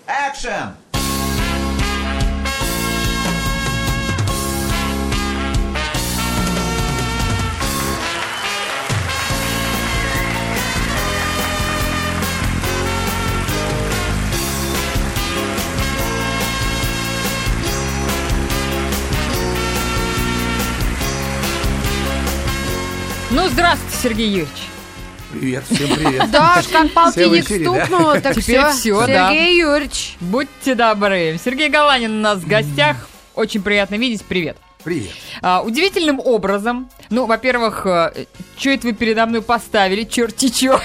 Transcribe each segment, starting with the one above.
Action! Ну, здравствуйте, Сергей Юрьевич. Привет, всем привет. Да, как полтинник стукнуло, так Теперь все. всё, да. Сергей Юрьевич. Будьте добры. Сергей Галанин у нас в гостях. Очень приятно видеть. Привет. Привет. Удивительным образом, ну, во-первых, что это вы передо мной поставили, черти чё?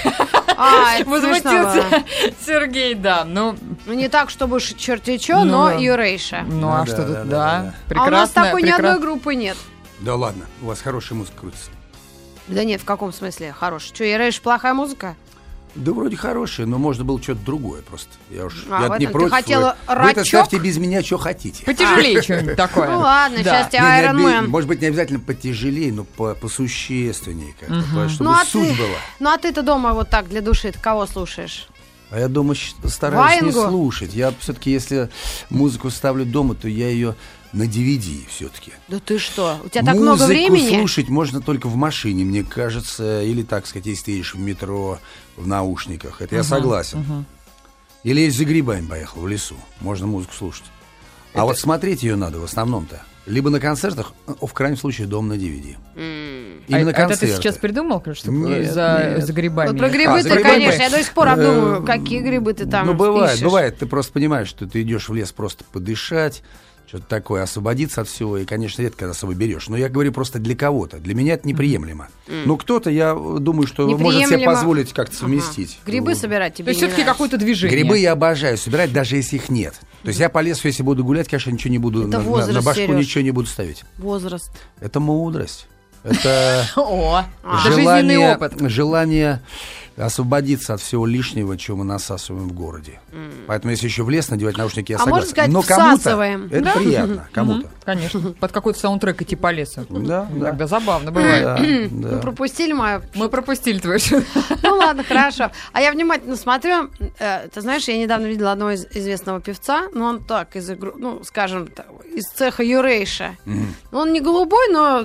Это Возмутился смешно. Сергей, да. Ну, Не так, чтобы уж черти чё, но Юрейша. ну Ну а да, что тут, да, да. А у нас такой ни одной прекрасно. группы нет. Да ладно, у вас хорошая музыка крутится. Да нет, в каком смысле хороший? Что, Юрейша плохая музыка? Да вроде хорошая, но можно было что-то другое просто. Я в не этом ты против. хотела Вы это рачок? ставьте без меня, что хотите. Потяжелее что-нибудь такое. Ну ладно, Да. сейчас тебе Не, Iron Man. может быть, не обязательно потяжелее, но посущественнее как-то, чтобы Ну а суть ты, была. ну а ты-то дома вот так для души, ты кого слушаешь? А я дома стараюсь не Ваенгу? слушать. Я все-таки, если музыку ставлю дома, то я ее на DVD все-таки. Да ты что? У тебя так много времени? Слушать можно только в машине, мне кажется, или, так сказать, если ты едешь в метро, в наушниках. Это я согласен. Или если за грибами поехал в лесу, можно музыку слушать. А вот смотреть ее надо в основном-то. Либо на концертах, в крайнем случае, дома на DVD. Именно Это ты концерты. сейчас придумал, что Нет, за нет. грибами? Вот про за грибы-то, грибами? конечно, я до сих пор обдумываю, какие грибы ты там Ну, пишешь. бывает. Ты просто понимаешь, что ты идешь в лес просто подышать, что-то такое, освободиться от всего. И, конечно, редко когда с собой берешь. Но я говорю просто для кого-то. Для меня это неприемлемо. Но кто-то, я думаю, что может себе Неприемлемо. позволить как-то совместить. Грибы Вот. собирать То тебе есть не все-таки нравится? какое-то движение. Грибы я обожаю собирать, даже если их нет. То есть я по лесу, если буду гулять, конечно, ничего не буду, Это на возраст, башку Серёж. ничего не буду ставить. Возраст. Это мудрость. Это О, это жизненный опыт. желание освободиться от всего лишнего, чего мы насасываем в городе. Поэтому если еще в лес надевать наушники, я А согласен. можно сказать, Но кому-то всасываем. это Да? приятно, кому-то. Конечно, под какой-то саундтрек идти по лесу. Да, да. Иногда забавно бывает. Да, Ну, да. пропустили мою... Мы пропустили твою шутку. Ну ладно, хорошо. А я внимательно смотрю. Ты знаешь, я недавно видела одного известного певца, но он так, ну, скажем, так, из цеха Юрейша. Он не голубой, но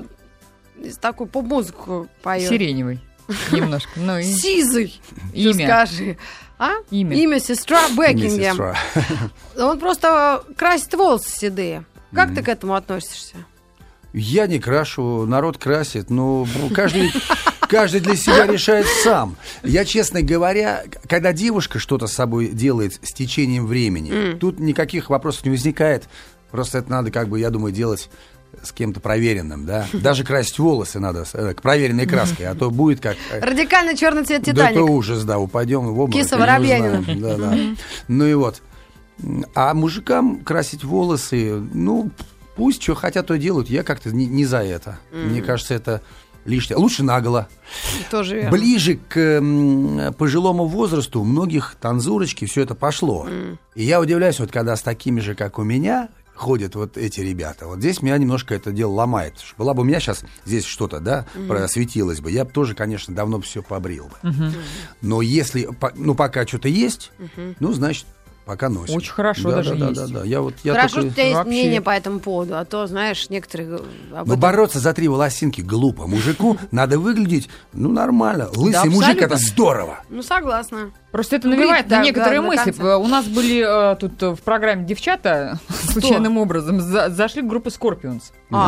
из такую поп-музыку поет. Сиреневый. Немножко. Ну, и Сизый. Имя. Скажи. А? Имя. сестра Бекингем. Сестра. Он просто красит волосы седые. Как ты к этому относишься? Я не крашу, народ красит, но каждый для себя решает сам. Я, честно говоря, когда девушка что-то с собой делает с течением времени, тут никаких вопросов не возникает. Просто это надо, как бы, я думаю, делать с кем-то проверенным, да. Даже красить волосы надо к проверенной краской, а то будет как... Радикально черный цвет Да Титаник. это ужас, да, упадем в обморок. Киса я не Воробьянина. знаю. Да, да. Ну и вот. А мужикам красить волосы, ну, пусть что хотят, то делают. Я как-то не за это. Мне кажется, это лишнее. Лучше наголо. Тоже верно. Ближе к пожилому возрасту у многих танзурочки все это пошло. И я удивляюсь, вот когда с такими же, как у меня, ходят вот эти ребята. Вот здесь меня немножко это дело ломает. Потому что была бы у меня сейчас здесь что-то, да, просветилось бы, я бы тоже, конечно, давно все побрил бы. Но если, ну, пока что-то есть, ну, значит, пока носим. Очень хорошо Да, даже да, есть. Да. Я Хорошо, что только... у тебя есть Вообще. мнение по этому поводу, а то, знаешь, некоторые об Но этом... бороться за 3 волосинки глупо. Мужику надо выглядеть, ну, нормально. Лысый мужик — это здорово. Ну, согласна. Просто это навевает Брить, на да, некоторые да, на мысли. конце. У нас были тут в программе девчата случайным образом зашли в группу Scorpions.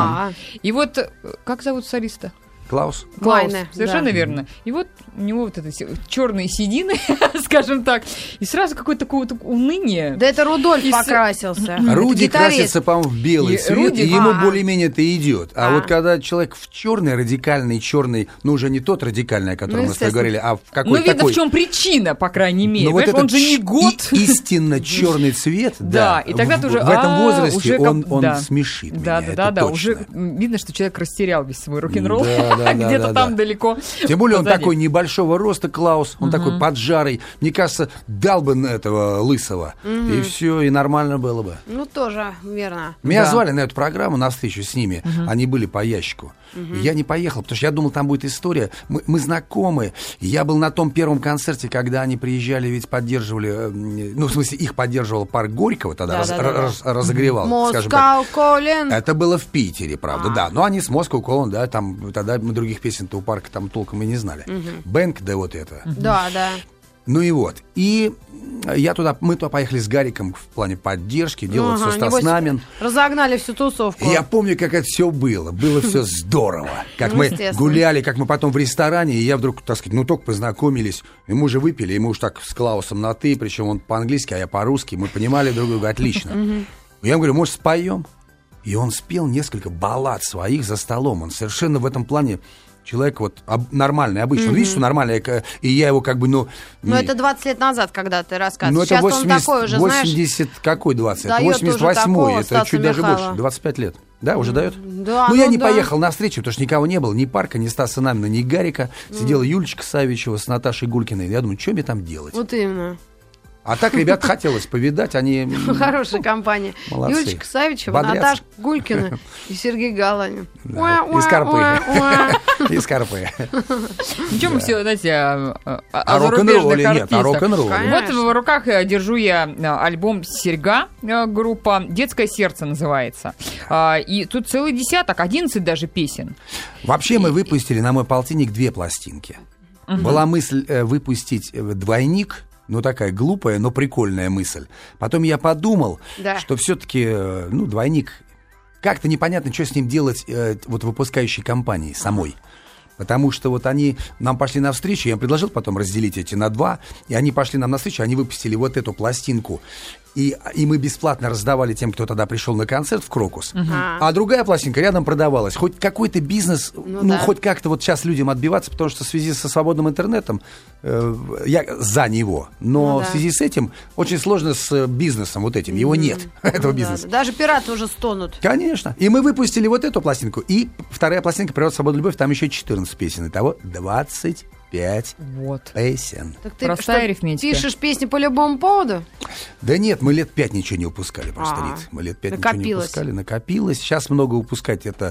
И вот, как зовут солиста? Клаус? Клаус, Майне, совершенно да. верно. И вот у него вот это черные седины, скажем так, и сразу какое-то такое вот уныние. Да это Рудольф И с- покрасился. Руди Это гитарист. красится, по-моему, в белый И цвет, Руди- и ему А. более-менее это идет. А вот когда человек в черный, радикальный, черный, ну, уже не тот радикальный, о котором Ну, мы с тобой естественно. говорили, а в Ну, какой-то видно, такой... в чем причина, по крайней мере. Ну, вот Понимаешь, он этот же не год. истинно черный цвет, Да, и тогда ты уже... в этом возрасте уже он да. смешит Да, меня, да, это да, точно. уже видно, что человек растерял весь свой рок-н-ролл. Да, Где-то там далеко. Тем более он такой небольшого роста, Клаус, он такой поджарый. Мне кажется, дал бы этого лысого, и все, и нормально было бы. Ну, тоже верно. Меня звали на эту программу, на встречу с ними. Они были по ящику. Я не поехал, потому что я думал, там будет история. Мы знакомы. Я был на том первом концерте, когда они приезжали, ведь поддерживали, ну, в смысле, их поддерживал парк Горького, тогда разогревал, скажем так. Это было в Питере, правда, да. Но они с Moscow Calling, да, там, тогда мы других песен-то у парка там толком и не знали. Бэнк, да вот это. Да. Ну и вот. И мы туда поехали с Гариком в плане поддержки, делал все Стас Намин. Разогнали всю тусовку. И я помню, как это все было. Было все здорово. Как мы гуляли, как мы потом в ресторане, и я вдруг, так сказать, только познакомились. И мы уже выпили, и мы уж так с Клаусом на «ты», причем он по-английски, а я по-русски. Мы понимали друг друга отлично. Я ему говорю, может, споем? И он спел несколько баллад своих за столом. Он совершенно в этом плане человек вот нормальный, обычный. Он видит, что нормальный, и я его как бы, Ну, это 20 лет назад, когда ты рассказывал. Сейчас 80, он такой уже, 80, какой 20? Это 88-й, это чуть даже больше, 25 лет. Да, уже дает? Да, я не поехал на встречу, потому что никого не было, ни Парка, ни Стаса Намина, ни Гарика. Сидела Юлечка Савичева с Наташей Гулькиной. Я думаю, что мне там делать? Вот именно. А так ребят хотелось повидать, они... Хорошая компания. Молодцы. Юлечка Савичева, Наташа Гулькина и Сергей Галанин. Из Карпы. Из Карпы. Ничего, мы все, знаете, о рок-н-ролле. Нет, о рок-н-ролле. Вот в руках держу я альбом «Серьга», группа «Детское сердце» называется. И тут целый десяток, 11 даже песен. Вообще мы выпустили на мой полтинник 2 пластинки. Была мысль выпустить двойник. Ну, такая глупая, но прикольная мысль. Потом я подумал, что все-таки, двойник, как-то непонятно, что с ним делать вот выпускающей компании самой. Потому что вот они нам пошли навстречу, я им предложил потом разделить эти на 2, и они пошли нам навстречу, они выпустили вот эту пластинку. И мы бесплатно раздавали тем, кто тогда пришел на концерт в Крокус. А другая пластинка рядом продавалась. Хоть какой-то бизнес, хоть как-то вот сейчас людям отбиваться, потому что в связи со свободным интернетом я за него. Но в связи с этим очень сложно с бизнесом вот этим. Его нет, этого бизнеса. Даже пираты уже стонут. Конечно. И мы выпустили вот эту пластинку. И вторая пластинка «Природа, свобода, любовь», там еще 14 песен. Итого 25 песен. Так ты простая арифметика. Пишешь песни по любому поводу? Да нет, мы лет 5 ничего не упускали просто, Рит. Мы лет 5 ничего не упускали, накопилось. Сейчас много упускать это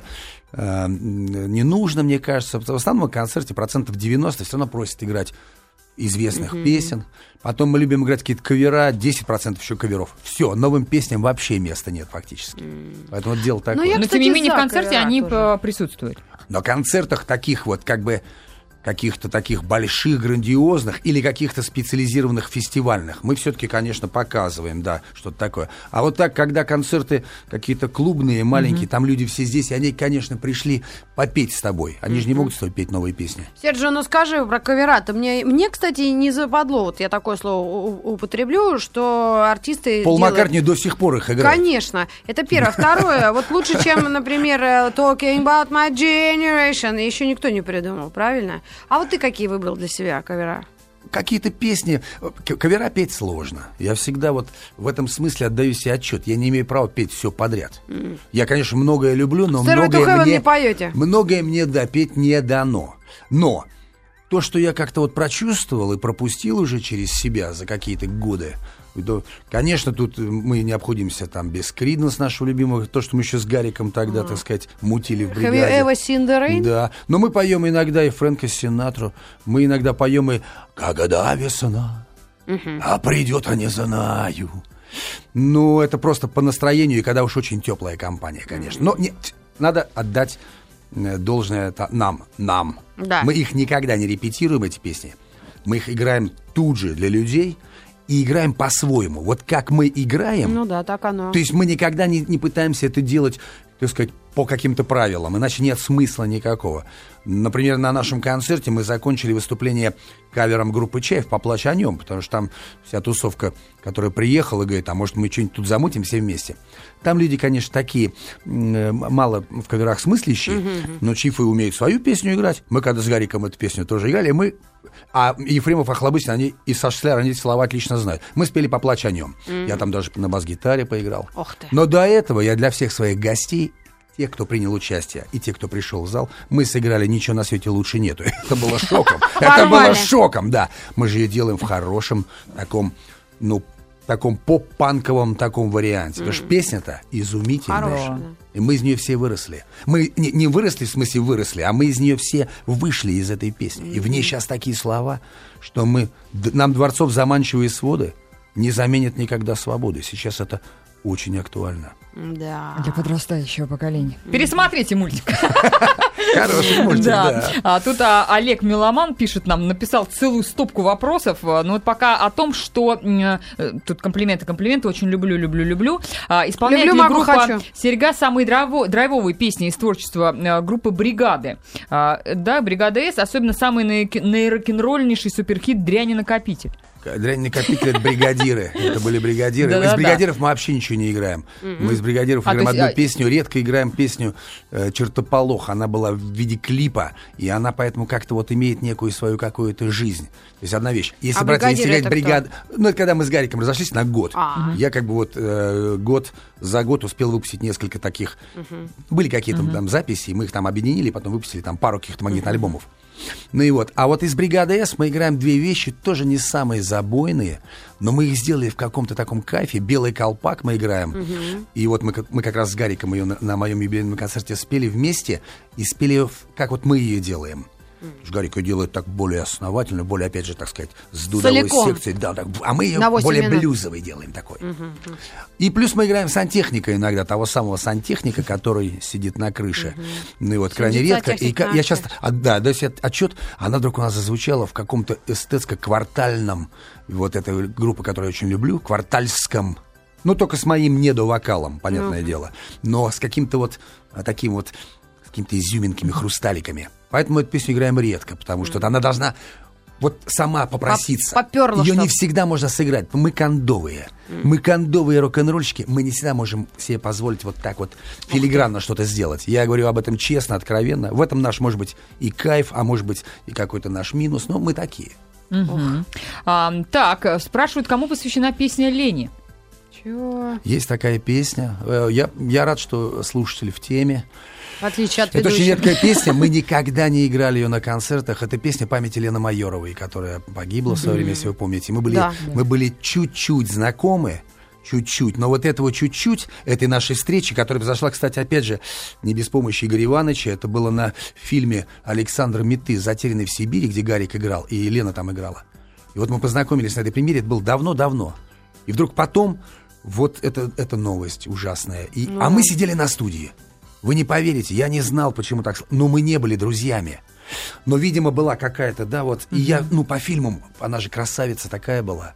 не нужно, мне кажется. В основном на концерте 90% все равно просят играть известных песен. Потом мы любим играть какие-то кавера, 10% еще каверов. Все, новым песням вообще места нет фактически. Поэтому вот дело такое. Но тем не менее в концерте они присутствуют. На концертах таких вот как бы каких-то таких больших, грандиозных или каких-то специализированных фестивальных. Мы все-таки, конечно, показываем, да, что-то такое. А вот так, когда концерты какие-то клубные, маленькие, там люди все здесь, и они, конечно, пришли попеть с тобой. Они же не могут с тобой петь новые песни. Серджио, ну скажи про кавера-то. Мне, кстати, не западло, вот я такое слово употреблю, что артисты Пол Маккартни до сих пор их играет. Конечно. Это первое. Второе, вот лучше, чем, например, Talking About My Generation, еще никто не придумал, правильно? А вот ты какие выбрал для себя кавера? Какие-то песни... Кавера петь сложно. Я всегда вот в этом смысле отдаю себе отчет. Я не имею права петь все подряд. Я, конечно, многое люблю, но многое мне петь не дано. Но то, что я как-то вот прочувствовал и пропустил уже через себя за какие-то годы, конечно, тут мы не обходимся там без Creedence нашего любимого, то, что мы еще с Гариком тогда, так сказать, мутили в бригаде. Have you ever seen the rain? Да, но мы поем иногда и Фрэнка Синатру, мы иногда поем и «Когда весна, а придет, а не знаю». Ну, это просто по настроению, и когда уж очень теплая компания, конечно. Но нет, надо отдать должное нам. Да. Мы их никогда не репетируем, эти песни. Мы их играем тут же для людей, и играем по-своему. Вот как мы играем... Ну да, так оно. То есть мы никогда не пытаемся это делать, так сказать, по каким-то правилам, иначе нет смысла никакого. Например, на нашем концерте мы закончили выступление кавером группы «Чайф» «Поплачь о нем», потому что там вся тусовка, которая приехала, говорит, а может мы что-нибудь тут замутим все вместе. Там люди, конечно, такие мало в каверах смыслящие, но Чифы умеют свою песню играть. Мы когда с Гариком эту песню тоже играли, а Ефремов, Охлобыстин, они и Саша Скляр, они эти слова отлично знают. Мы спели «Поплачь о нем». Я там даже на бас-гитаре поиграл. Но до этого я для всех своих гостей те, кто принял участие, и те, кто пришел в зал, мы сыграли «Ничего на свете лучше нету». Это было шоком. Это было шоком, да. Мы же ее делаем в хорошем таком, таком поп-панковом таком варианте. Потому что песня-то изумительная. И мы из нее все выросли. Мы не выросли, в смысле выросли, а мы из нее все вышли из этой песни. И в ней сейчас такие слова, что нам дворцов заманчивые своды не заменят никогда свободы. Сейчас это очень актуально. Да. Для подрастающего поколения. Пересмотрите мультик. Хороший мультик, да. А тут Олег Меломан пишет нам, написал целую стопку вопросов. Но вот пока о том, что... Тут комплименты, очень люблю. Исполняет ли группа «Серьга» самые драйвовые песни из творчества группы «Бригады». Да, «Бригада С», особенно самый наирокенрольнейший суперхит «Дрянь и накопитель». Дрянь-накопители — это бригадиры. Это были бригадиры. Из бригадиров мы вообще ничего не играем. Мы из бригадиров играем одну песню, редко играем песню «Чертополох». Она была в виде клипа, и она поэтому как-то вот имеет некую свою какую-то жизнь. То есть одна вещь. Если брать бригаду... Ну, это когда мы с Гариком разошлись на год. Я как бы вот год за год успел выпустить несколько таких... Были какие-то там записи, мы их там объединили, потом выпустили там пару каких-то магнитных альбомов. Ну и вот. А вот из «Бригады С» мы играем две вещи, тоже не самые забойные, но мы их сделали в каком-то таком кайфе. «Белый колпак» мы играем. И вот мы как раз с Гариком ее на моем юбилейном концерте спели вместе, и спели ее, как вот мы ее делаем. Гарик ее делает так более основательно, более, опять же, так сказать, с дудовой секцией. Да, так, а мы ее более блюзовой делаем такой. И плюс мы играем сантехника иногда, того самого сантехника, который сидит на крыше. Ну и вот крайне редко. И я сейчас даю себе отчет, она вдруг у нас зазвучала в каком-то эстетско-квартальном, вот этой группы, которую я очень люблю, квартальском, ну только с моим недовокалом, понятное дело, но с каким-то вот таким вот, с какими-то изюминками, хрусталиками. Поэтому эту песню играем редко, потому что она должна вот сама попроситься. Ее не всегда можно сыграть. Мы кондовые. Мы кондовые рок-н-ролльщики. Мы не всегда можем себе позволить вот так вот филигранно что-то сделать. Я говорю об этом честно, откровенно. В этом наш, может быть, и кайф, а может быть, и какой-то наш минус. Но мы такие. Так, спрашивают, кому посвящена песня «Лени»? Чего? Есть такая песня. Я рад, что слушатели в теме. В отличие от ведущих. Это очень редкая песня, мы никогда не играли ее на концертах. Это песня памяти Лены Майоровой, которая погибла в свое время, если вы помните. Мы были чуть-чуть знакомы, чуть-чуть, но вот этого чуть-чуть, этой нашей встречи, которая произошла, кстати, опять же, не без помощи Игоря Ивановича, это было на фильме Александра Митты «Затерянный в Сибири», где Гарик играл, и Лена там играла. И вот мы познакомились на этой премьере, это было давно-давно. И вдруг потом, вот это новость ужасная. А мы сидели на студии. Вы не поверите, я не знал, почему так, но мы не были друзьями. Но, видимо, была какая-то, да, вот, и я, по фильмам, она же красавица такая была.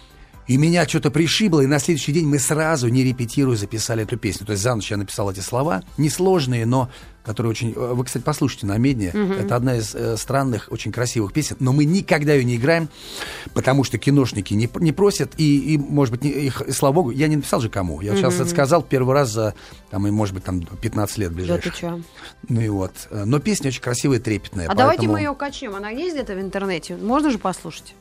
И меня что-то пришибло, и на следующий день мы сразу, не репетируя, записали эту песню. То есть за ночь я написал эти слова, несложные, но которые очень... Вы, кстати, послушайте на медне. Это одна из странных, очень красивых песен, но мы никогда ее не играем, потому что киношники не просят, и может быть, их, слава богу, я не написал же кому. Я сейчас это сказал первый раз за, может быть, 15 лет ближайших. Да ты чё? Ну и вот. Но песня очень красивая, трепетная. А давайте мы ее качнем. Она есть где-то в интернете? Можно же послушать?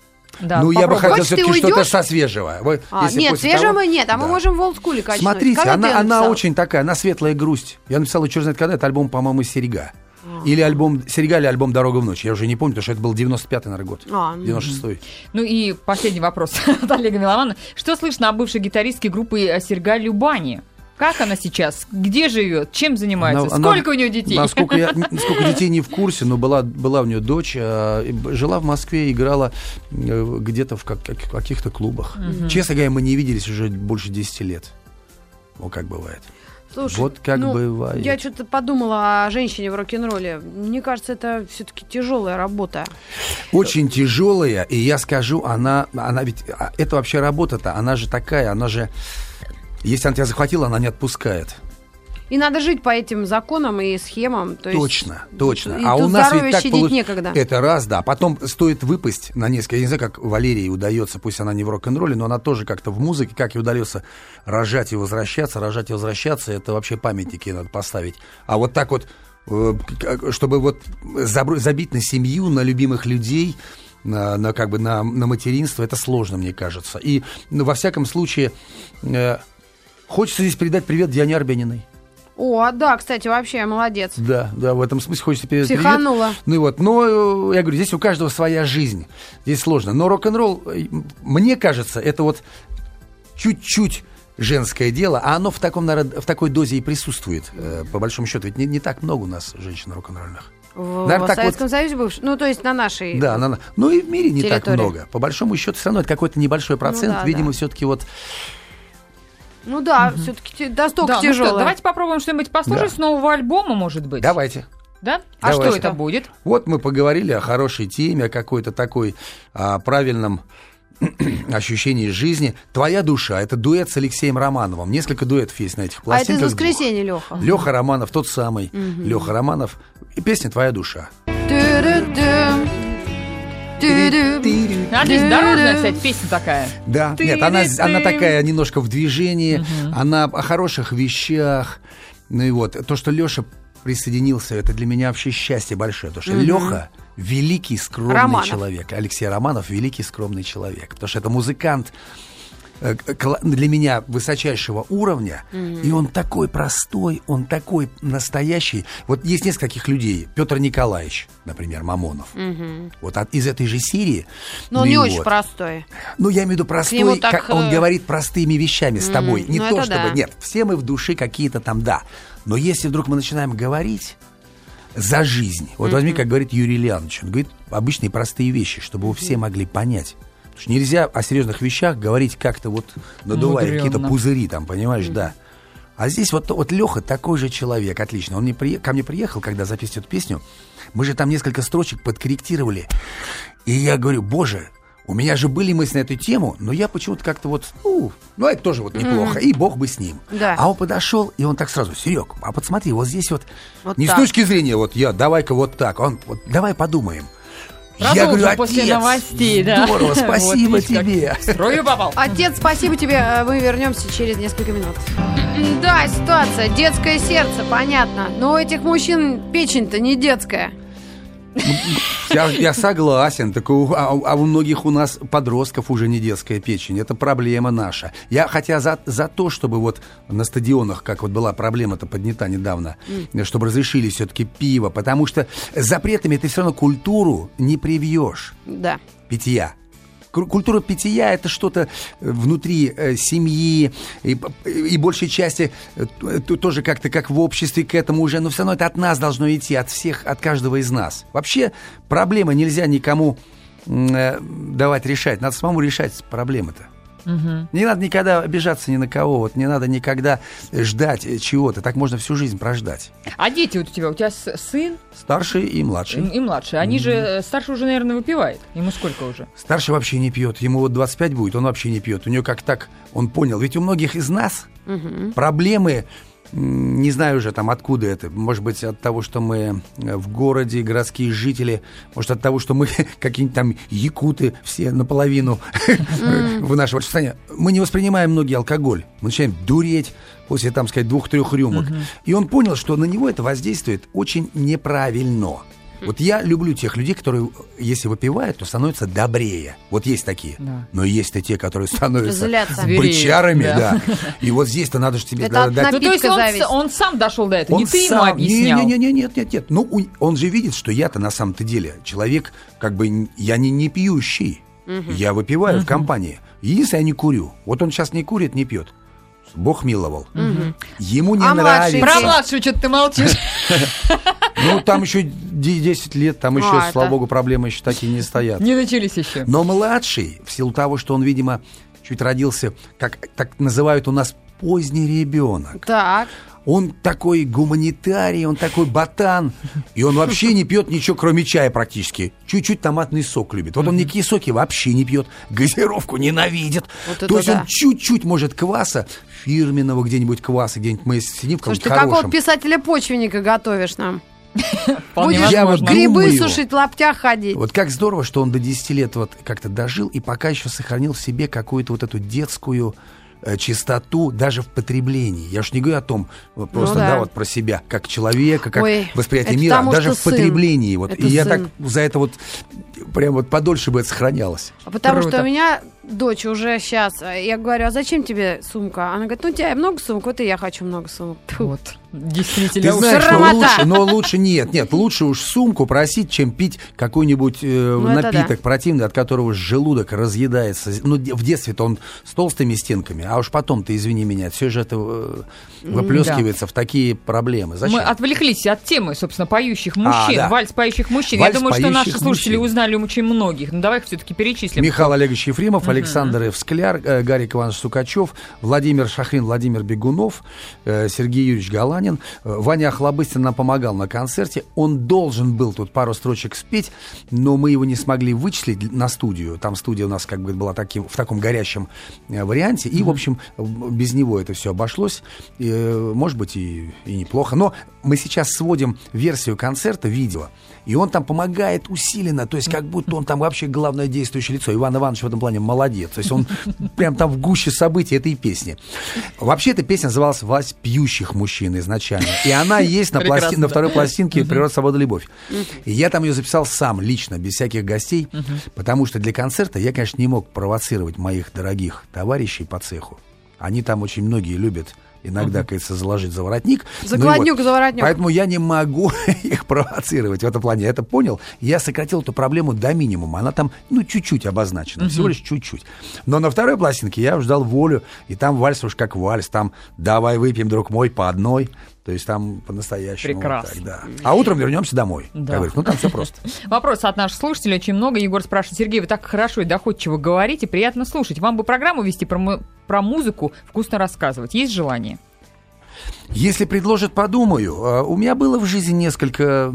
Да, я бы хотел все-таки что-то со свежего. Нет, свежего нет, мы можем в олдскуле качнуть. Смотрите, она очень такая, она светлая грусть. Я написал ее, черт знает когда, это альбом, по-моему, «Серьга». Или альбом «Серьга», или альбом «Дорога в ночь». Я уже не помню, потому что это был 95-й, наверное, год. 96-й. Ну и последний вопрос от Олега Меломана. Что слышно о бывшей гитаристке группы «Серьга» Любани? Как она сейчас? Где живет? Чем занимается? Сколько у нее детей? Сколько детей не в курсе, но была у нее дочь, жила в Москве, играла где-то в каких-то клубах. Честно говоря, мы не виделись уже больше 10 лет. Вот как бывает. Слушай, вот как бывает. Я что-то подумала о женщине в рок-н-ролле. Мне кажется, это все-таки тяжелая работа. Очень тяжелая, и я скажу, она ведь, это вообще работа-то, она же такая, она же... Если она тебя захватила, она не отпускает. И надо жить по этим законам и схемам. То точно. И а у нас ведь так некогда. Это раз, да. Потом стоит выпасть на несколько... Я не знаю, как Валерии удается, пусть она не в рок-н-ролле, но она тоже как-то в музыке, как ей удается рожать и возвращаться, это вообще памятники надо поставить. А вот так вот, чтобы вот забить на семью, на любимых людей... На материнство, это сложно, мне кажется. И во всяком случае... Хочется здесь передать привет Диане Арбениной. О, да, кстати, вообще молодец. Да, в этом смысле хочется передать привет. Психанула. Ну и вот, но я говорю, здесь у каждого своя жизнь, здесь сложно. Но рок-н-ролл, мне кажется, это вот чуть-чуть женское дело, а оно в такой дозе и присутствует, по большому счету. Ведь не так много у нас женщин рок-н-ролльных. В Советском Союзе бывший? Ну, то есть на нашей ну и в мире не территории. Так много. По большому счету, все равно это какой-то небольшой процент. Ну, да, видимо, да. все-таки вот... Ну да, все-таки достаточно тяжелое. Ну что, давайте попробуем что-нибудь послушать с нового альбома, может быть. Давайте. Да? Давайте. А что это будет? Вот мы поговорили о хорошей теме, о какой-то такой правильном ощущении жизни. «Твоя душа» — это дуэт с Алексеем Романовым. Несколько дуэтов есть на этих пластинках. А это из «Воскресенья», Леха. Леха Романов, тот самый Леха Романов. И песня «Твоя душа». А здесь дорожная, кстати, песня такая. Да, нет, она такая немножко в движении, она о хороших вещах. Ну и вот, то, что Леша присоединился, это для меня вообще счастье большое. Потому что Леха великий, скромный человек. Алексей Романов великий, скромный человек. Потому что это музыкант для меня высочайшего уровня, и он такой простой, он такой настоящий. Вот есть несколько таких людей. Петр Николаевич, например, Мамонов. Вот из этой же серии. Но он не очень простой. Ну, я имею в виду простой, как он говорит простыми вещами с тобой. Не то, чтобы... Нет, все мы в душе какие-то там, да. Но если вдруг мы начинаем говорить за жизнь, вот возьми, как говорит Юрий Леонович, он говорит обычные простые вещи, чтобы все могли понять. Потому что нельзя о серьезных вещах говорить как-то вот надувая какие-то пузыри там, понимаешь, да. А здесь вот Леха такой же человек, отлично. Он ко мне приехал, когда записывать эту песню. Мы же там несколько строчек подкорректировали. И я говорю, боже, у меня же были мысли на эту тему, но я почему-то как-то вот, ну это тоже вот неплохо, и бог бы с ним. Да. А он подошел, и он так сразу, Серег, а подсмотри, вот здесь вот не так. с точки зрения, вот давай-ка вот так, он, вот давай подумаем. Продолжим Я говорю, после отец, новостей, да. Здорово, спасибо вот, тебе. В струю попал. Отец, спасибо тебе. Мы вернемся через несколько минут. Да, ситуация. Детское сердце, понятно. Но у этих мужчин печень-то не детская. Я согласен, так у многих у нас подростков уже не детская печень, это проблема наша. Я хотя за то, чтобы вот на стадионах, как вот была проблема-то поднята недавно, чтобы разрешили все-таки пиво, потому что запретами ты все равно культуру не привьешь. Да. Питья. Культура питья — это что-то внутри семьи, и большей части тоже как-то как в обществе к этому уже, но все равно это от нас должно идти, от всех, от каждого из нас. Вообще проблемы нельзя никому давать решать, надо самому решать проблемы-то. Не надо никогда обижаться ни на кого, вот не надо никогда ждать чего-то, так можно всю жизнь прождать. А дети вот у тебя сын? Старший и младший. И младший. Они же, старший уже, наверное, выпивает. Ему сколько уже? Старший вообще не пьет, ему вот 25 будет, он вообще не пьет. У него как так, он понял. Ведь у многих из нас проблемы, не знаю уже там откуда это, может быть от того, что мы в городе, городские жители, может от того, что мы какие-нибудь там якуты все наполовину в нашем стране. Мы не воспринимаем многие алкоголь, мы начинаем дуреть после, там, сказать, 2-3 рюмок. И он понял, что на него это воздействует очень неправильно. Вот я люблю тех людей, которые, если выпивают, то становятся добрее. Вот есть такие. Да. Но есть и те, которые становятся бычарами. Да. И вот здесь-то надо же тебе дать. Ну, то есть он сам дошел до этого, не ты ему объяснял? Нет. Ну, он же видит, что я-то на самом-то деле человек, как бы, я не пьющий. Я выпиваю в компании. Единственное, я не курю. Вот он сейчас не курит, не пьет. Бог миловал. Ему не нравится. Про младшую что-то ты молчишь. Ну, там еще 10 лет, там еще, слава богу, проблемы еще такие не стоят. Не начались еще. Но младший, в силу того, что он, видимо, чуть родился, как так называют у нас, поздний ребенок. Так. Он такой гуманитарий, он такой ботан, и он вообще не пьет ничего, кроме чая практически. Чуть-чуть томатный сок любит. Вот он никакие соки вообще не пьет, газировку ненавидит. Вот то есть он чуть-чуть может кваса, фирменного где-нибудь кваса, где-нибудь мы сидим в каком-то хорошем. Слушай, ты какого писателя-почвенника готовишь нам? Будешь грибы сушить, в лаптях ходить. Вот как здорово, что он до 10 лет вот как-то дожил и пока еще сохранил в себе какую-то вот эту детскую чистоту даже в потреблении. Я уж не говорю о том, просто, да, вот про себя, как человека, как восприятие мира, даже в потреблении. Вот. И я так за это вот прям вот подольше бы это сохранялось. Потому что у меня дочь уже сейчас. Я говорю, а зачем тебе сумка? Она говорит, ну, у тебя много сумок, вот и я хочу много сумок. Вот. Действительно. Ты знаешь, что лучше нет, лучше уж сумку просить, чем пить какой-нибудь напиток противный, от которого желудок разъедается. Ну, в детстве-то он с толстыми стенками, а уж потом-то, извини меня, все же это выплескивается в такие проблемы. Зачем? Мы отвлеклись от темы, собственно, поющих мужчин. Вальс поющих мужчин. Я думаю, что наши слушатели узнали очень многих. Ну, давай их все-таки перечислим. Михаил Олегович Ефремов, Александр Ф. Скляр, Гарик Иванович Сукачев, Владимир Шахрин, Владимир Бегунов, Сергей Юрьевич Галанин. Ваня Охлобыстин нам помогал на концерте. Он должен был тут пару строчек спеть, но мы его не смогли вычислить на студию. Там студия у нас как бы была в таком горящем варианте. И, в общем, без него это все обошлось. Может быть, и неплохо. Но мы сейчас сводим версию концерта, видео, и он там помогает усиленно. То есть как будто он там вообще главное действующее лицо. Иван Иванович в этом плане молодец. То есть он прям там в гуще событий этой песни. Вообще эта песня называлась «Власть пьющих мужчин» изначально. И она есть на второй пластинке «Природа, свобода, любовь». И я там ее записал сам, лично, без всяких гостей, потому что для концерта я, конечно, не мог провоцировать моих дорогих товарищей по цеху. Они там очень многие любят иногда, кажется, заложить за воротник. Закладнюк за воротник. Поэтому я не могу их провоцировать в этом плане. Я это понял. Я сократил эту проблему до минимума. Она там, чуть-чуть обозначена. Всего лишь чуть-чуть. Но на второй пластинке я ждал волю. И там вальс уж как вальс. Там «Давай выпьем, друг мой, по одной». То есть там по-настоящему. Прекрасно. Вот так, да. А утром вернемся домой. Да. Там все просто. Вопросы от наших слушателей очень много. Егор спрашивает: Сергей, вы так хорошо и доходчиво говорите, приятно слушать. Вам бы программу вести про музыку, вкусно рассказывать. Есть желание? Если предложат, подумаю. У меня было в жизни несколько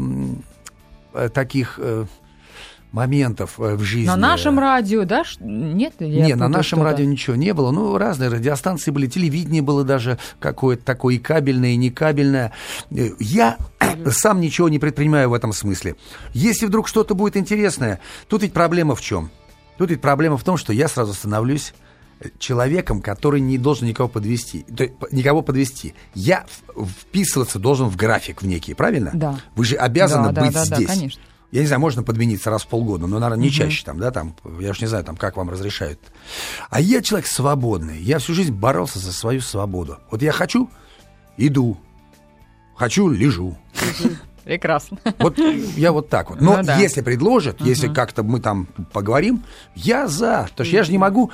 таких моментов в жизни. На нашем радио, да? Нет? Нет, на нашем радио ничего не было. Разные радиостанции были, телевидение было даже какое-то такое и кабельное, и некабельное. Я сам ничего не предпринимаю в этом смысле. Если вдруг что-то будет интересное, тут ведь проблема в чем? Тут ведь проблема в том, что я сразу становлюсь человеком, который не должен никого подвести. Я вписываться должен в график в некий, правильно? Да. Вы же обязаны быть здесь. Да, конечно. Я не знаю, можно подмениться раз в полгода, но, наверное, не чаще я уж не знаю, как вам разрешают. А я человек свободный. Я всю жизнь боролся за свою свободу. Вот я хочу — иду. Хочу — лежу. Прекрасно. Вот я вот так вот. Но если предложат, если как-то мы там поговорим, я за. Потому что я же не могу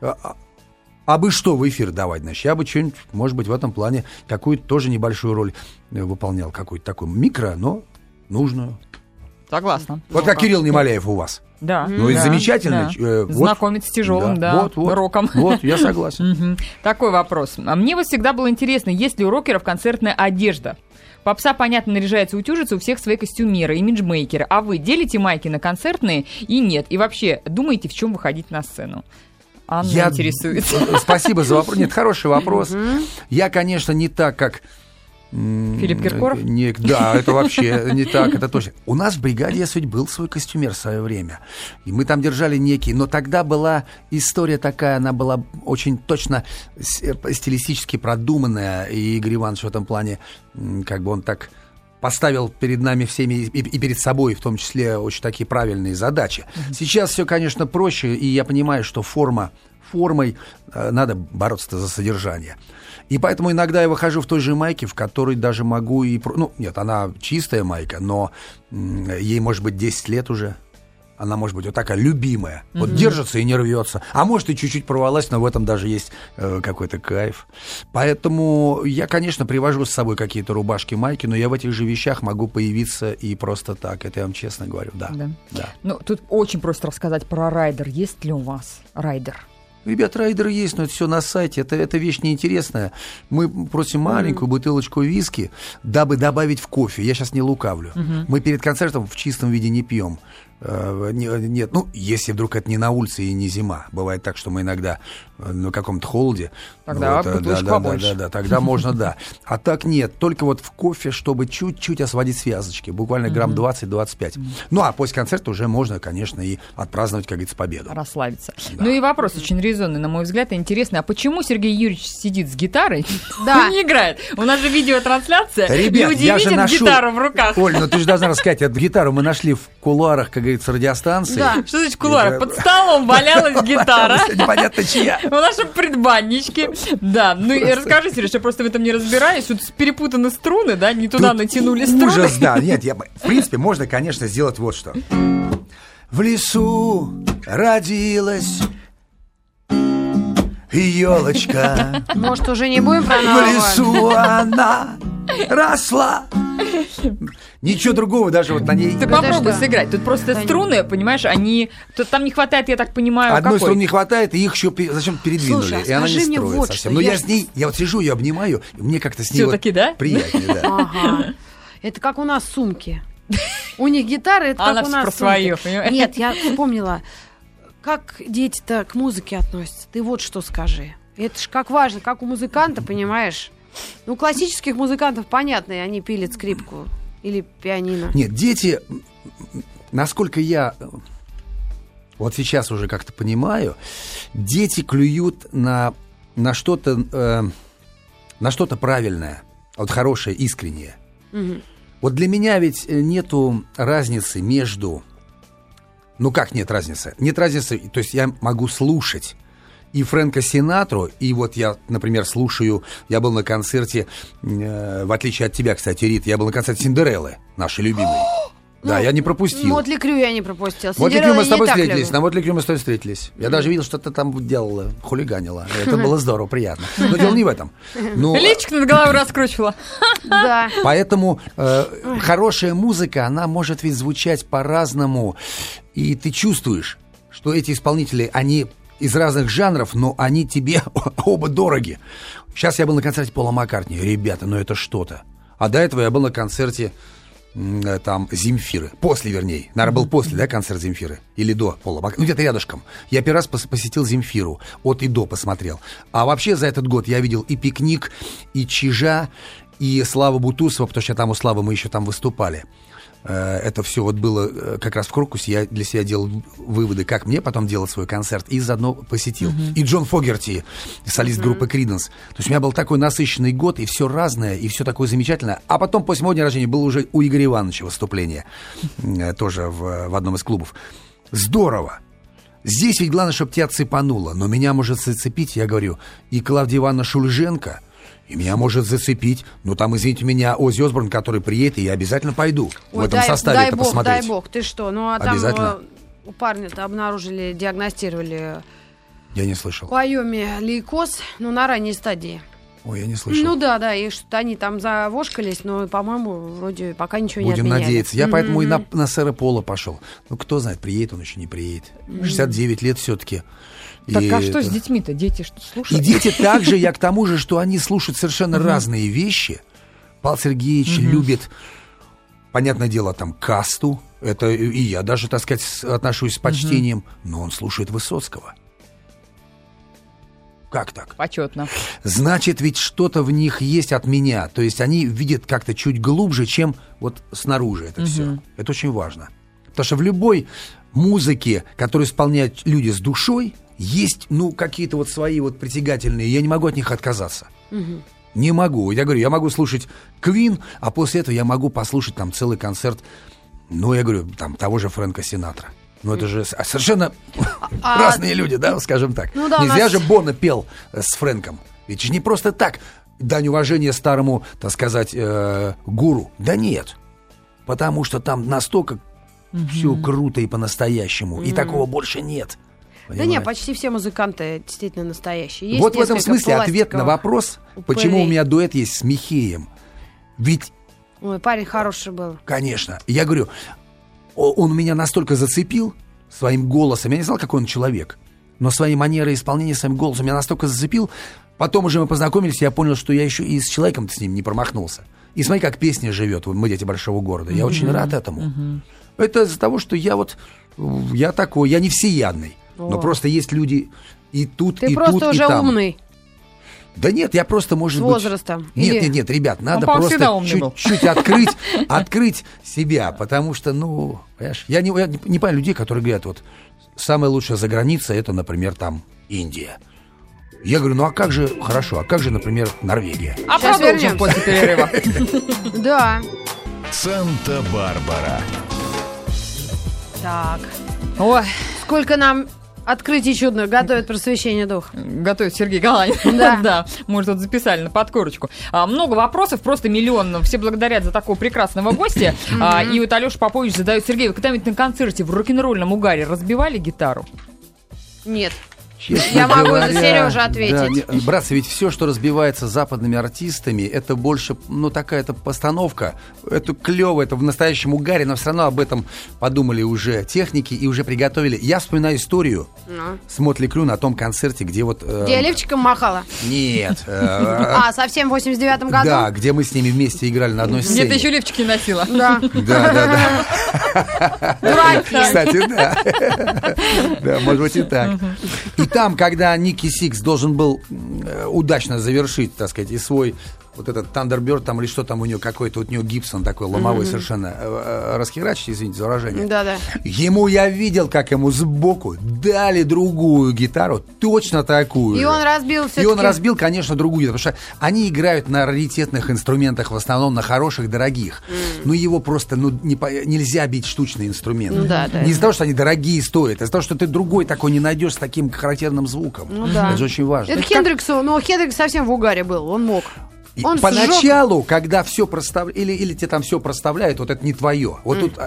абы что в эфир давать. Значит, я бы что-нибудь, может быть, в этом плане какую-то тоже небольшую роль выполнял. Какую-то такую микро, но нужную. Согласна. Вот как Кирилл Немоляев у вас. Да. И замечательно. Да. Знакомец с тяжелым, роком. Вот, я согласен. Такой вопрос. А мне вот всегда было интересно, есть ли у рокеров концертная одежда? Попса, понятно, наряжается, утюжится, у всех свои костюмеры, имиджмейкеры. А вы делите майки на концертные и нет? И вообще, думаете, в чем выходить на сцену? Анна интересуется. Спасибо за вопрос. Нет, хороший вопрос. Я, конечно, не так, как... Филипп Киркоров? Да, это вообще не так, это точно. У нас в бригаде ведь был свой костюмер в свое время. И мы там держали некий... Но тогда была история такая, она была очень точно стилистически продуманная. И Игорь Иванович в этом плане, как бы он так поставил перед нами всеми и перед собой, в том числе, очень такие правильные задачи. Сейчас все, конечно, проще, и я понимаю, что формой надо бороться за содержание. И поэтому иногда я выхожу в той же майке, в которой даже могу и... нет, она чистая майка, но ей, может быть, 10 лет уже. Она, может быть, вот такая любимая. Вот держится и не рвется. А может, и чуть-чуть порвалась, но в этом даже есть какой-то кайф. Поэтому я, конечно, привожу с собой какие-то рубашки, майки, но я в этих же вещах могу появиться и просто так. Это я вам честно говорю, да. Тут очень просто рассказать про райдер. Есть ли у вас райдер? Ребят, райдеры есть, но это все на сайте. Это вещь неинтересная. Мы просим маленькую бутылочку виски, дабы добавить в кофе. Я сейчас не лукавлю. Мы перед концертом в чистом виде не пьем. Нет, если вдруг это не на улице и не зима. Бывает так, что мы иногда на каком-то холоде. Тогда бутылочку побольше. Да, тогда можно, да. А так нет, только вот в кофе, чтобы чуть-чуть освободить связочки. Буквально грамм 20-25. А после концерта уже можно, конечно, и отпраздновать, как говорится, победу. Расслабиться. Да. И вопрос очень резонный, на мой взгляд, интересный. А почему Сергей Юрьевич сидит с гитарой и не играет? У нас же видеотрансляция. Ребят, люди видят гитару в руках. Оль, ты же должна рассказать, эту гитару мы нашли в кулуарах, как говорится, радиостанции. Да. Что значит кулуары? Под столом валялась гитара. Непонятно чья. В нашем предбанничке. Да, ну и расскажи, Сереж, я просто в этом не разбираюсь. Тут перепутаны струны, да, не туда натянули струны. Ужас, да. Нет, в принципе, можно, конечно, сделать вот что. В лесу родилась елочка. Может, уже не будем про В Новый лесу она росла. Ничего другого даже вот на ней. Ты попробуй сыграть. Тут просто струны, понимаешь, они... Там не хватает, я так понимаю, одной струны не хватает, и их еще зачем-то передвинули. Слушай, и она не мне строится вот совсем. что, Но я с ней, я вот сижу, ее обнимаю, и мне как-то с ней Всё-таки, да? приятнее, да. Ага. Это как у нас сумки. У них гитары, это как у нас про свою, сумки. Нет, я вспомнила, как дети-то к музыке относятся. Ты вот что скажи. Это ж как важно, как у музыканта, понимаешь? Ну, классических музыкантов, понятно, они пилят скрипку или пианино. Нет, дети, насколько я вот сейчас уже как-то понимаю, дети клюют на что-то правильное, вот хорошее, искреннее. Угу. Вот для меня ведь нету разницы между... Ну как нет разницы? Нет разницы, то есть я могу слушать и Фрэнка Синатру, и вот я, например, слушаю... Я был на концерте, в отличие от тебя, кстати, Рит, я был на концерте Синдереллы, нашей любимой. Да, я не пропустил. Мотли Крю я не пропустил. Мотли Крю мы с тобой встретились. На Мотли Крю мы с тобой встретились. Я даже видел, что ты там делала, хулиганила. Это было здорово, приятно. Но дело не в этом. Личико над головой раскручивала. Да. Поэтому хорошая музыка, она может ведь звучать по-разному. И ты чувствуешь, что эти исполнители, они из разных жанров, но они тебе оба дороги. Сейчас я был на концерте Пола Маккартни. Ребята, ну это что-то. А до этого я был на концерте... там Земфиры. После, вернее. Наверное, был после, да, концерт Земфиры? Или до Пола Маккартни? Ну, где-то рядышком. Я первый раз посетил Земфиру. От и до посмотрел. А вообще за этот год я видел и «Пикник», и «Чижа», и Славу Бутусова, потому что там у Славы мы еще там выступали. Это все вот было как раз в Крокусе. Я для себя делал выводы, как мне потом делать свой концерт, и заодно посетил. И Джон Фогерти, солист группы Creedence. То есть у меня был такой насыщенный год, и все разное, и все такое замечательное. А потом, после моего дня рождения, было уже у Игоря Ивановича выступление, тоже в одном из клубов. Здорово! Здесь ведь главное, чтобы тебя цепануло. Но меня может зацепить, я говорю, и Клавдия Ивановна Шульженко, и меня может зацепить, ну там, извините меня, Оззи Осборн, который приедет, и я обязательно пойду в этом составе это посмотреть. Дай бог, ты что? Ну а там у парня-то обнаружили, диагностировали... Я не слышал. В Вайоме лейкоз, ну на ранней стадии. Ой, я не слышал. Ну да, и что-то они там завошкались, но, по-моему, вроде пока ничего не отменяли. Будем надеяться. Я поэтому и на сэра Пола пошел. Ну кто знает, приедет он, еще не приедет. 69 лет все-таки. Так а что с детьми-то? Дети что слушают? И дети также, я к тому же, что они слушают совершенно разные вещи. Павел Сергеевич любит, понятное дело, там, касту. Это и я даже, так сказать, отношусь с почтением. Но он слушает Высоцкого. Как так? Почетно. Значит, ведь что-то в них есть от меня. То есть они видят как-то чуть глубже, чем вот снаружи это все. Это очень важно. Потому что в любой музыке, которую исполняют люди с душой, есть, ну, какие-то вот свои вот притягательные, я не могу от них отказаться. Не могу. Я говорю, я могу слушать Queen, а после этого я могу послушать там целый концерт, ну, я говорю, там, того же Фрэнка Синатра. Ну, это же совершенно разные люди, да, скажем так. Ну, да, не зря же Бонно пел с Фрэнком. Ведь же не просто так дань уважения старому, так сказать, гуру. Да нет. Потому что там настолько все круто и по-настоящему. И такого больше нет. Да нет, почти все музыканты действительно настоящие. Есть вот в этом смысле ответ на вопрос, почему у меня дуэт есть с Михеем. Ведь... Ой, парень хороший был. Конечно. Я говорю, он меня настолько зацепил своим голосом. Я не знал, какой он человек. Но своей манерой исполнения, своим голосом меня настолько зацепил. Потом уже мы познакомились, я понял, что я еще и с человеком-то с ним не промахнулся. И смотри, как песня живет. Мы дети большого города. Я очень рад этому. Это из-за того, что я такой, я не всеядный. Но просто есть люди и тут, и тут, и там. Ты просто уже умный. Да нет, я просто, может быть... С возрастом. Нет, ребят, надо просто чуть-чуть открыть себя, потому что, ну, понимаешь, я не понимаю людей, которые говорят, вот, самая лучшая заграница, это, например, там, Индия. Я говорю, ну а как же, хорошо, а как же, например, Норвегия? А продолжим после перерыва. Да. Санта-Барбара. Так. Ой. Сколько нам открытий чудных готовит просвещение духа. Готовит Сергей Галанин. Да. Мы тут записали на подкорочку. Много вопросов, просто миллион. Все благодарят за такого прекрасного гостя. И вот Алеша Попович задает: Сергей, вы когда-нибудь на концерте в рок-н-ролльном угаре разбивали гитару? Нет. Честно Я могу говоря, за Сережу ответить. Да, братцы, ведь все, что разбивается западными артистами, это больше, такая-то постановка. Это клево, это в настоящем угаре, но все равно об этом подумали уже техники и уже приготовили. Я вспоминаю историю с Мотли Крю на том концерте, где вот... Где оливчиком махала? Нет. Совсем в 89-м году? Да, где мы с ними вместе играли на одной сцене. Где ты еще оливчики носила? Да. Да. Дураки. Кстати, да. Да, может быть и так. И там, когда Ники Сикс должен был удачно завершить, так сказать, и свой вот этот Thunderbird там или что там у него, какой-то вот у него Гибсон такой ломовой совершенно, расхерачить, извините за выражение. Да. Ему я видел, как ему сбоку дали другую гитару, точно такую И же. он разбил все-таки. И он разбил, конечно, другую гитару, потому что они играют на раритетных инструментах, в основном на хороших, дорогих. Но его просто нельзя бить штучный инструмент. Не из-за того, что они дорогие стоят, а из-за того, что ты другой такой не найдешь с таким характерным звуком. Это же очень важно. Это Хендриксу, но Хендрикс совсем в угаре был, он мог. Поначалу, когда все проставляют, или тебе там все проставляют, вот это не твое. Вот тут,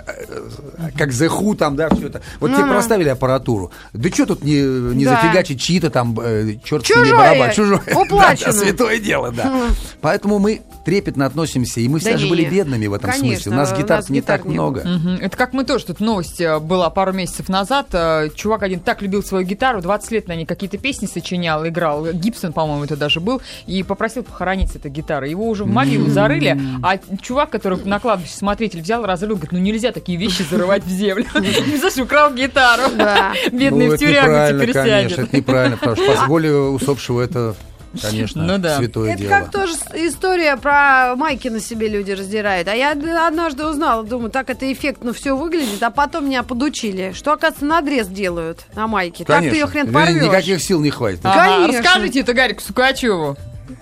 как The Who, там, да, все это. Вот тебе проставили аппаратуру. Да что тут не зафигачить чьи-то там, черт с ними барабан. Чужое. Уплачено. Святое дело, да. Поэтому мы трепетно относимся, и мы все же были бедными в этом смысле. У нас гитар не так много. Это как мы тоже, тут новость была пару месяцев назад. Чувак один так любил свою гитару, 20 лет на ней какие-то песни сочинял, играл. Гибсон, по-моему, это даже был. И попросил похоронить эту гитару. Его уже в могилу зарыли, а чувак, который на кладбище смотритель взял, разрыл, говорит, нельзя такие вещи зарывать в землю. Знаешь, украл гитару. Бедный в тюрягу теперь сядет. Это неправильно, потому что по воле усопшего это... Конечно, святое дело. Это как тоже история про майки на себе люди раздирают. А я однажды узнала, думаю, так это эффектно все выглядит, а потом меня подучили, что, оказывается, надрез делают на майке. Конечно. Так ты ее хрен порвешь. Никаких сил не хватит. Расскажите это Гарику Сукачеву.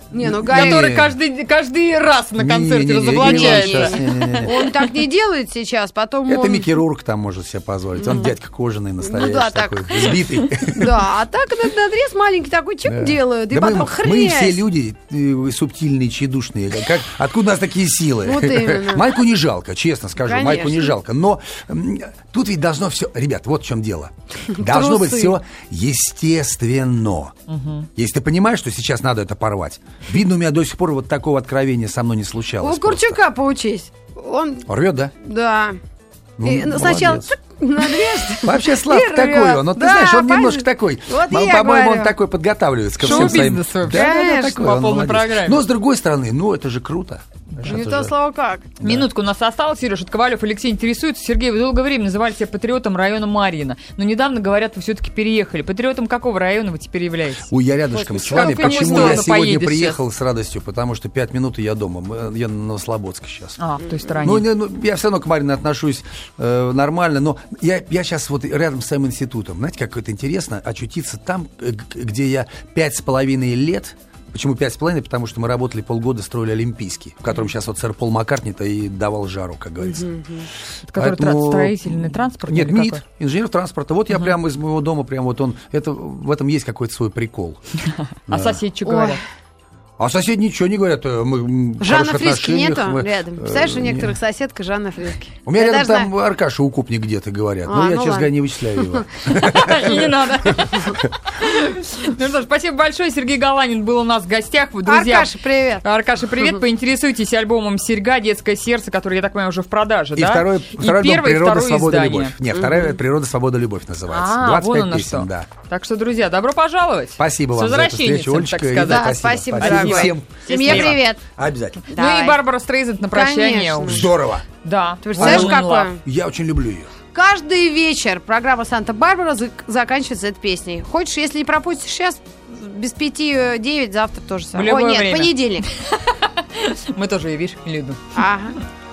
Который каждый раз на концерте разоблачается. Он так не делает сейчас, потом это Микки Рурк там может себе позволить. Он дядька кожаный, настоящий такой, сбитый. Да, а так этот надрез маленький такой чик делают, и потом хрясь. Мы все люди субтильные, тщедушные. Откуда у нас такие силы? Вот именно. Майку не жалко, честно скажу, майку не жалко. Но тут ведь должно все... Ребят, вот в чем дело. Должно быть все естественно. Если ты понимаешь, что сейчас надо это порвать, видно, у меня до сих пор вот такого откровения со мной не случалось. У Курчука поучись. Он рвет, да? Да. Сначала надрез. Вообще Слав такой он. Ты знаешь, он немножко такой. По-моему, он такой подготавливается ко всем своим. Конечно, по полной программе. Но с другой стороны, это же круто. Не то слово как. Минутку у нас осталось, Сереж, Ковалев Алексей интересуется. Сергей, вы долгое время называли себя патриотом района Марьино, но недавно, говорят, вы все-таки переехали. Патриотом какого района вы теперь являетесь? Ой, я рядышком с вами. Почему я сегодня приехал с радостью? Потому что 5 минут и я дома. Я на Новослободске сейчас. В той стороне. Я все равно к Марьино отношусь нормально, но я сейчас вот рядом с своим институтом. Знаете, как это интересно очутиться там, где я 5,5 лет. Почему 5,5? Потому что мы работали полгода, строили Олимпийский, в котором сейчас вот сэр Пол Маккартни-то и давал жару, как говорится. Который строительный транспорт? Нет, МИД, инженер транспорта. Вот я прямо из моего дома, прямо вот он, в этом есть какой-то свой прикол. А соседи что говорят? А соседи ничего не говорят. Мы Жанна Фриски нету рядом? Представляешь, у некоторых соседка Жанна Фриски. У меня рядом там Аркаша Укупник где-то говорят. Но я, честно говоря, не вычисляю его. И не надо. Ну что ж, спасибо большое. Сергей Галанин был у нас в гостях. Друзья, Аркаша, привет. Аркаша, привет. Поинтересуйтесь альбомом «Серьга. Детское сердце», который, я так понимаю, уже в продаже, да? Второй дом «Природа, свобода, любовь». Нет, вторая «Природа, свода, любовь» называется. 25 песен, да. Так что, друзья, добро пожаловать. Спасибо вам за эту встречу, Олечка. Да, спасибо, дорогой. Всем. Семье привет. Обязательно. Ну и Барбара Стрейзенд на прощание. Здорово. Да. Ты представляешь, какое? Я очень люблю ее. Каждый вечер программа «Санта-Барбара» заканчивается этой песней. Хочешь, если не пропустишь сейчас, без 5-9 завтра тоже самое. Ой, нет, время. Понедельник. Мы тоже ее, видишь, любим. Ага.